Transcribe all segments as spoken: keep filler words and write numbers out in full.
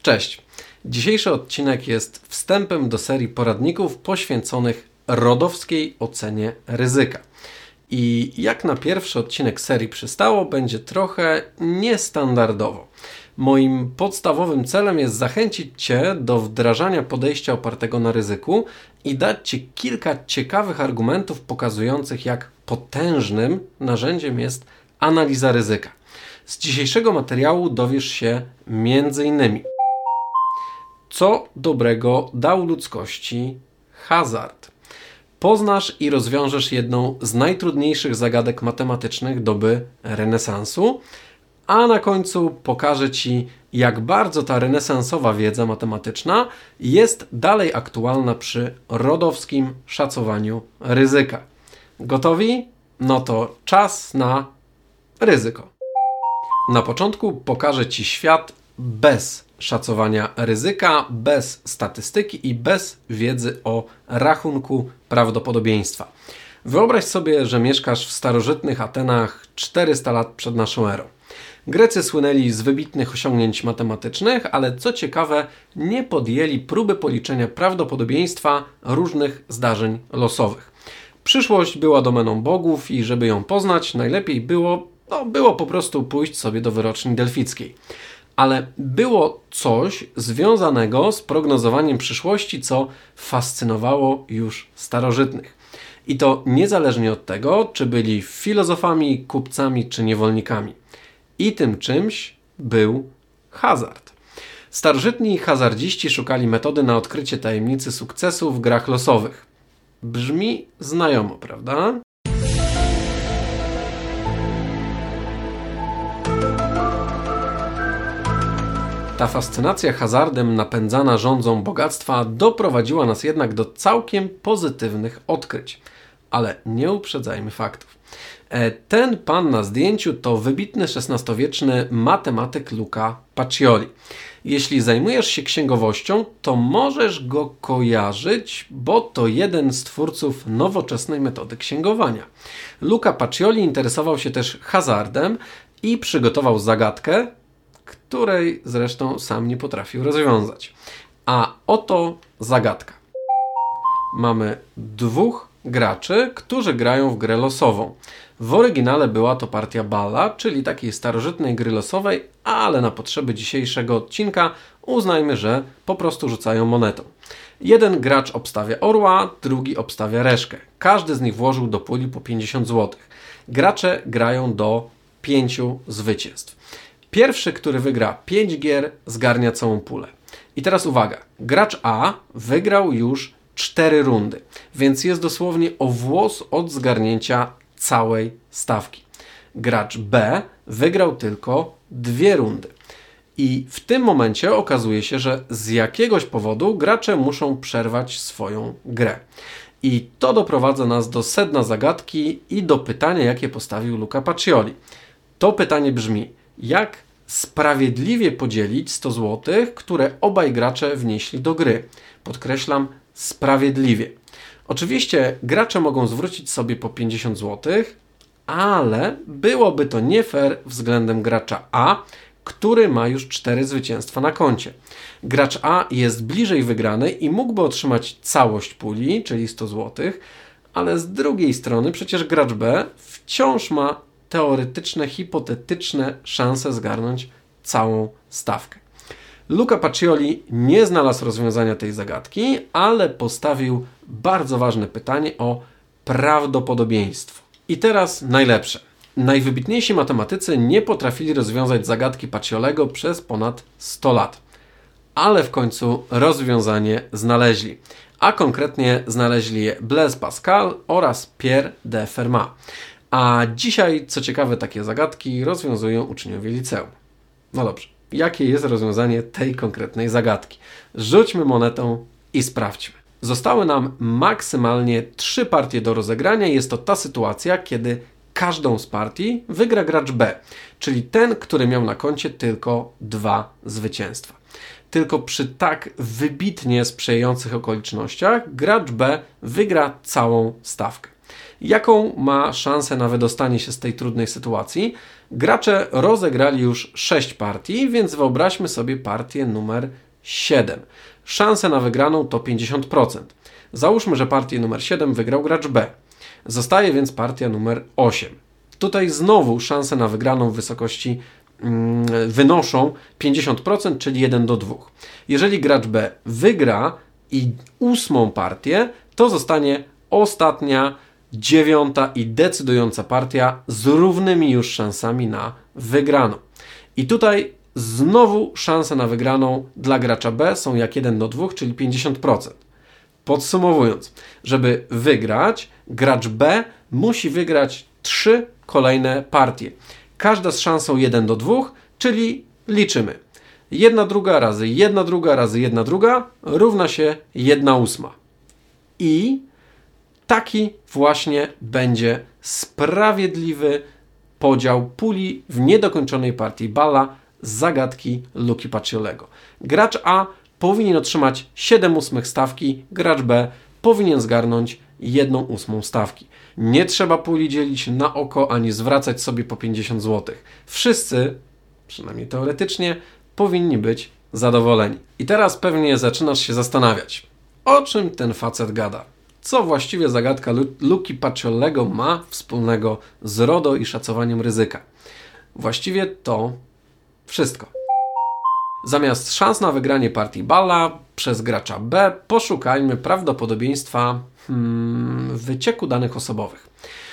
Cześć! Dzisiejszy odcinek jest wstępem do serii poradników poświęconych rodowskiej ocenie ryzyka. I jak na pierwszy odcinek serii przystało, będzie trochę niestandardowo. Moim podstawowym celem jest zachęcić Cię do wdrażania podejścia opartego na ryzyku i dać Ci kilka ciekawych argumentów pokazujących, jak potężnym narzędziem jest analiza ryzyka. Z dzisiejszego materiału dowiesz się między innymi, co dobrego dał ludzkości hazard. Poznasz i rozwiążesz jedną z najtrudniejszych zagadek matematycznych doby renesansu, a na końcu pokażę Ci, jak bardzo ta renesansowa wiedza matematyczna jest dalej aktualna przy rodowskim szacowaniu ryzyka. Gotowi? No to czas na ryzyko. Na początku pokażę Ci świat bez szacowania ryzyka, bez statystyki i bez wiedzy o rachunku prawdopodobieństwa. Wyobraź sobie, że mieszkasz w starożytnych Atenach czterysta lat przed naszą erą. Grecy słynęli z wybitnych osiągnięć matematycznych, ale co ciekawe, nie podjęli próby policzenia prawdopodobieństwa różnych zdarzeń losowych. Przyszłość była domeną bogów i żeby ją poznać, najlepiej było, no, było po prostu pójść sobie do wyroczni delfickiej. Ale było coś związanego z prognozowaniem przyszłości, co fascynowało już starożytnych. I to niezależnie od tego, czy byli filozofami, kupcami czy niewolnikami. I tym czymś był hazard. Starożytni hazardziści szukali metody na odkrycie tajemnicy sukcesu w grach losowych. Brzmi znajomo, prawda? Ta fascynacja hazardem napędzana żądzą bogactwa doprowadziła nas jednak do całkiem pozytywnych odkryć. Ale nie uprzedzajmy faktów. Ten pan na zdjęciu to wybitny szesnastowieczny matematyk Luca Pacioli. Jeśli zajmujesz się księgowością, to możesz go kojarzyć, bo to jeden z twórców nowoczesnej metody księgowania. Luca Pacioli interesował się też hazardem i przygotował zagadkę, której zresztą sam nie potrafił rozwiązać. A oto zagadka. Mamy dwóch graczy, którzy grają w grę losową. W oryginale była to partia balla, czyli takiej starożytnej gry losowej, ale na potrzeby dzisiejszego odcinka uznajmy, że po prostu rzucają monetą. Jeden gracz obstawia orła, drugi obstawia reszkę. Każdy z nich włożył do puli po pięćdziesiąt złotych. Gracze grają do pięciu zwycięstw. Pierwszy, który wygra pięć gier, zgarnia całą pulę. I teraz uwaga, gracz A wygrał już cztery rundy, więc jest dosłownie o włos od zgarnięcia całej stawki. Gracz B wygrał tylko dwie rundy. I w tym momencie okazuje się, że z jakiegoś powodu gracze muszą przerwać swoją grę. I to doprowadza nas do sedna zagadki i do pytania, jakie postawił Luca Pacioli. To pytanie brzmi: jak sprawiedliwie podzielić sto złotych, które obaj gracze wnieśli do gry? Podkreślam, sprawiedliwie. Oczywiście gracze mogą zwrócić sobie po pięćdziesiąt złotych, ale byłoby to nie fair względem gracza A, który ma już cztery zwycięstwa na koncie. Gracz A jest bliżej wygranej i mógłby otrzymać całość puli, czyli sto złotych, ale z drugiej strony przecież gracz B wciąż ma teoretyczne, hipotetyczne szanse zgarnąć całą stawkę. Luca Pacioli nie znalazł rozwiązania tej zagadki, ale postawił bardzo ważne pytanie o prawdopodobieństwo. I teraz najlepsze. Najwybitniejsi matematycy nie potrafili rozwiązać zagadki Paciolego przez ponad sto lat. Ale w końcu rozwiązanie znaleźli. A konkretnie znaleźli je Blaise Pascal oraz Pierre de Fermat. A dzisiaj, co ciekawe, takie zagadki rozwiązują uczniowie liceum. No dobrze, jakie jest rozwiązanie tej konkretnej zagadki? Rzućmy monetą i sprawdźmy. Zostały nam maksymalnie trzy partie do rozegrania. Jest to ta sytuacja, kiedy każdą z partii wygra gracz B, czyli ten, który miał na koncie tylko dwa zwycięstwa. Tylko przy tak wybitnie sprzyjających okolicznościach gracz B wygra całą stawkę. Jaką ma szansę na wydostanie się z tej trudnej sytuacji? Gracze rozegrali już sześć partii, więc wyobraźmy sobie partię numer siedem. Szanse na wygraną to pięćdziesiąt procent. Załóżmy, że partię numer siedem wygrał gracz B. Zostaje więc partia numer osiem. Tutaj znowu szanse na wygraną w wysokości mm, wynoszą pięćdziesiąt procent, czyli jeden do dwóch. Jeżeli gracz B wygra i ósmą partię, to zostanie ostatnia, dziewiąta i decydująca partia z równymi już szansami na wygraną. I tutaj znowu szanse na wygraną dla gracza B są jak jeden do dwóch, czyli pięćdziesiąt procent. Podsumowując, żeby wygrać, gracz B musi wygrać trzy kolejne partie. Każda z szansą jeden do dwóch, czyli liczymy. Jedna druga razy jedna druga razy jedna druga równa się jedna ósma. I taki właśnie będzie sprawiedliwy podział puli w niedokończonej partii Balla z zagadki Lucky Paciolego. Gracz A powinien otrzymać siedem ósmych stawki, gracz B powinien zgarnąć jedną ósmą stawki. Nie trzeba puli dzielić na oko, ani zwracać sobie po pięćdziesiąt złotych. Wszyscy, przynajmniej teoretycznie, powinni być zadowoleni. I teraz pewnie zaczynasz się zastanawiać, o czym ten facet gada. Co właściwie zagadka Lucky Paciolego ma wspólnego z RODO i szacowaniem ryzyka? Właściwie to wszystko. Zamiast szans na wygranie partii Balla przez gracza B, poszukajmy prawdopodobieństwa hmm, wycieku danych osobowych.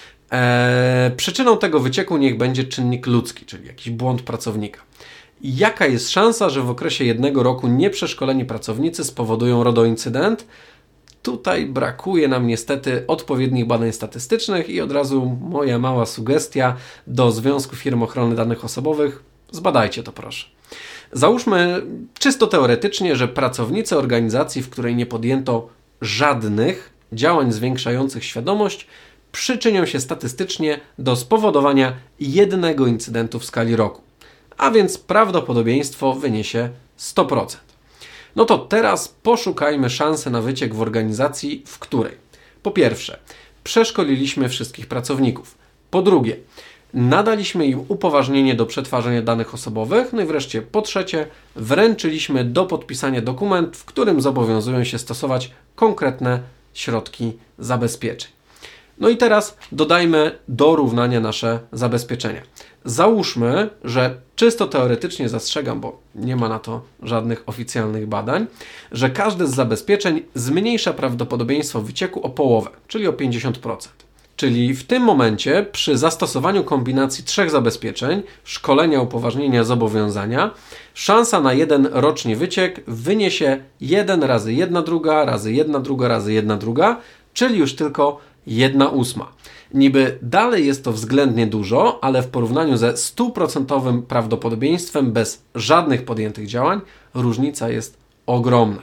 Eee, przyczyną tego wycieku niech będzie czynnik ludzki, czyli jakiś błąd pracownika. Jaka jest szansa, że w okresie jednego roku nieprzeszkoleni pracownicy spowodują RODO incydent? Tutaj brakuje nam niestety odpowiednich badań statystycznych i od razu moja mała sugestia do Związku Firm Ochrony Danych Osobowych. Zbadajcie to proszę. Załóżmy czysto teoretycznie, że pracownicy organizacji, w której nie podjęto żadnych działań zwiększających świadomość, przyczynią się statystycznie do spowodowania jednego incydentu w skali roku. A więc prawdopodobieństwo wyniesie sto procent. No to teraz poszukajmy szansy na wyciek w organizacji, w której po pierwsze przeszkoliliśmy wszystkich pracowników, po drugie nadaliśmy im upoważnienie do przetwarzania danych osobowych, no i wreszcie po trzecie wręczyliśmy do podpisania dokument, w którym zobowiązują się stosować konkretne środki zabezpieczeń. No i teraz dodajmy do równania nasze zabezpieczenia. Załóżmy, że czysto teoretycznie zastrzegam, bo nie ma na to żadnych oficjalnych badań, że każde z zabezpieczeń zmniejsza prawdopodobieństwo wycieku o połowę, czyli o pięćdziesiąt procent. Czyli w tym momencie przy zastosowaniu kombinacji trzech zabezpieczeń, szkolenia, upoważnienia, zobowiązania, szansa na jeden rocznie wyciek wyniesie jeden razy jedna druga, razy jedna druga, razy jedna druga, czyli już tylko jedna ósma. Niby dalej jest to względnie dużo, ale w porównaniu ze stuprocentowym prawdopodobieństwem bez żadnych podjętych działań różnica jest ogromna.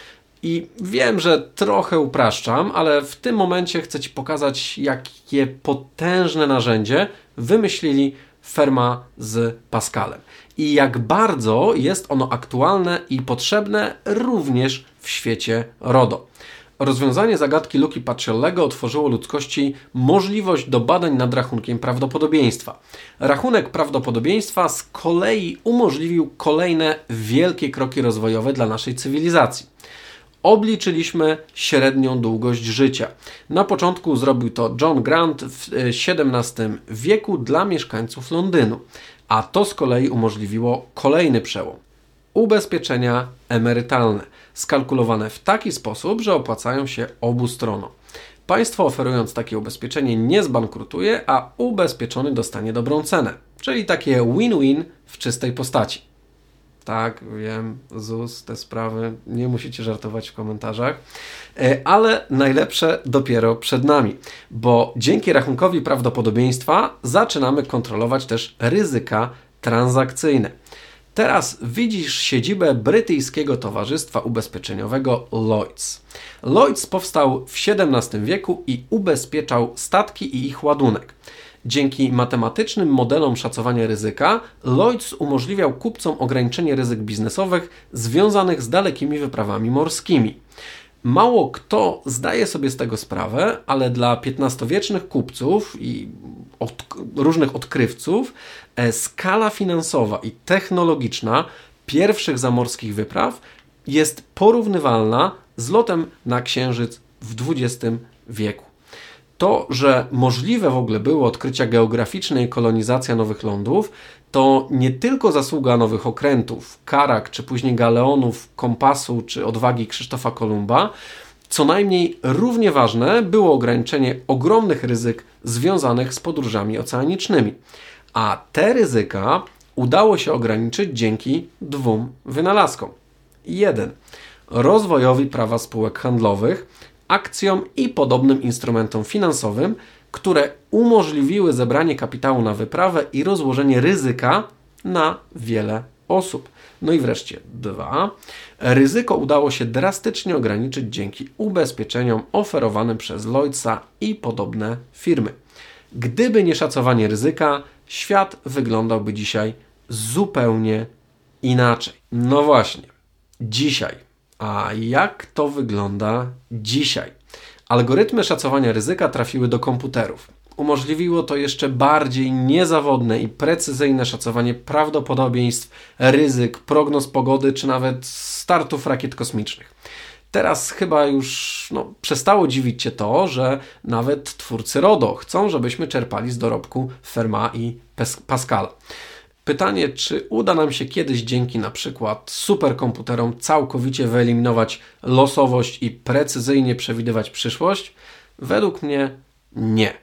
I wiem, że trochę upraszczam, ale w tym momencie chcę Ci pokazać, jakie potężne narzędzie wymyślili Fermat z Pascalem i jak bardzo jest ono aktualne i potrzebne również w świecie RODO. Rozwiązanie zagadki Lucky Paciolego otworzyło ludzkości możliwość do badań nad rachunkiem prawdopodobieństwa. Rachunek prawdopodobieństwa z kolei umożliwił kolejne wielkie kroki rozwojowe dla naszej cywilizacji. Obliczyliśmy średnią długość życia. Na początku zrobił to John Grant w siedemnastym wieku dla mieszkańców Londynu, a to z kolei umożliwiło kolejny przełom. Ubezpieczenia emerytalne, skalkulowane w taki sposób, że opłacają się obu stronom. Państwo oferując takie ubezpieczenie nie zbankrutuje, a ubezpieczony dostanie dobrą cenę, czyli takie win-win w czystej postaci. Tak, wiem, Z U S, te sprawy, nie musicie żartować w komentarzach, ale najlepsze dopiero przed nami, bo dzięki rachunkowi prawdopodobieństwa zaczynamy kontrolować też ryzyka transakcyjne. Teraz widzisz siedzibę brytyjskiego towarzystwa ubezpieczeniowego Lloyds. Lloyds powstał w siedemnastym wieku i ubezpieczał statki i ich ładunek. Dzięki matematycznym modelom szacowania ryzyka Lloyds umożliwiał kupcom ograniczenie ryzyk biznesowych związanych z dalekimi wyprawami morskimi. Mało kto zdaje sobie z tego sprawę, ale dla piętnastowiecznych kupców i od, różnych odkrywców e, skala finansowa i technologiczna pierwszych zamorskich wypraw jest porównywalna z lotem na Księżyc w dwudziestym wieku. To, że możliwe w ogóle były odkrycia geograficzne i kolonizacja nowych lądów, to nie tylko zasługa nowych okrętów, karak, czy później galeonów, kompasu, czy odwagi Krzysztofa Kolumba. Co najmniej równie ważne było ograniczenie ogromnych ryzyk związanych z podróżami oceanicznymi. A te ryzyka udało się ograniczyć dzięki dwóm wynalazkom. Jeden. Rozwojowi prawa spółek handlowych, akcjom i podobnym instrumentom finansowym, które umożliwiły zebranie kapitału na wyprawę i rozłożenie ryzyka na wiele osób. No i wreszcie dwa. Ryzyko udało się drastycznie ograniczyć dzięki ubezpieczeniom oferowanym przez Lloydsa i podobne firmy. Gdyby nie szacowanie ryzyka, świat wyglądałby dzisiaj zupełnie inaczej. No właśnie, dzisiaj. A jak to wygląda dzisiaj? Algorytmy szacowania ryzyka trafiły do komputerów. Umożliwiło to jeszcze bardziej niezawodne i precyzyjne szacowanie prawdopodobieństw, ryzyk, prognoz pogody czy nawet startów rakiet kosmicznych. Teraz chyba już no, przestało dziwić Cię to, że nawet twórcy RODO chcą, żebyśmy czerpali z dorobku Ferma i Pascala. Pytanie, czy uda nam się kiedyś dzięki na przykład superkomputerom całkowicie wyeliminować losowość i precyzyjnie przewidywać przyszłość? Według mnie nie.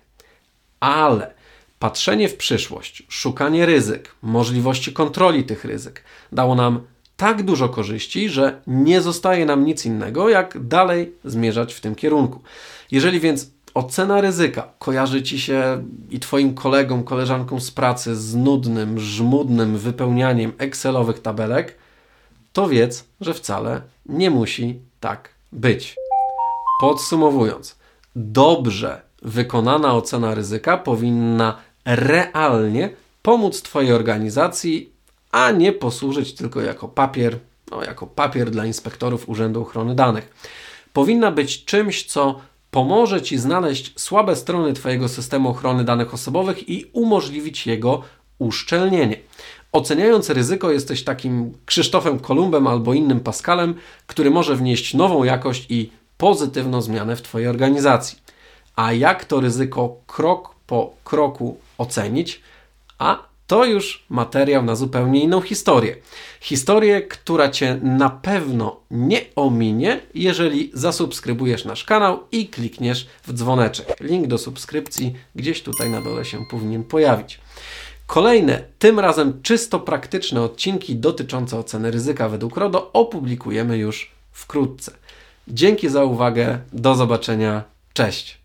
Ale patrzenie w przyszłość, szukanie ryzyk, możliwości kontroli tych ryzyk dało nam tak dużo korzyści, że nie zostaje nam nic innego, jak dalej zmierzać w tym kierunku. Jeżeli więc ocena ryzyka kojarzy Ci się i Twoim kolegom, koleżankom z pracy z nudnym, żmudnym wypełnianiem Excelowych tabelek, to wiedz, że wcale nie musi tak być. Podsumowując, dobrze wykonana ocena ryzyka powinna realnie pomóc Twojej organizacji, a nie posłużyć tylko jako papier, no jako papier dla inspektorów Urzędu Ochrony Danych. Powinna być czymś, co pomoże Ci znaleźć słabe strony Twojego systemu ochrony danych osobowych i umożliwić jego uszczelnienie. Oceniając ryzyko, jesteś takim Krzysztofem Kolumbem albo innym Pascalem, który może wnieść nową jakość i pozytywną zmianę w Twojej organizacji. A jak to ryzyko krok po kroku ocenić? A to już materiał na zupełnie inną historię. Historię, która Cię na pewno nie ominie, jeżeli zasubskrybujesz nasz kanał i klikniesz w dzwoneczek. Link do subskrypcji gdzieś tutaj na dole się powinien pojawić. Kolejne, tym razem czysto praktyczne odcinki dotyczące oceny ryzyka według RODO opublikujemy już wkrótce. Dzięki za uwagę, do zobaczenia, cześć!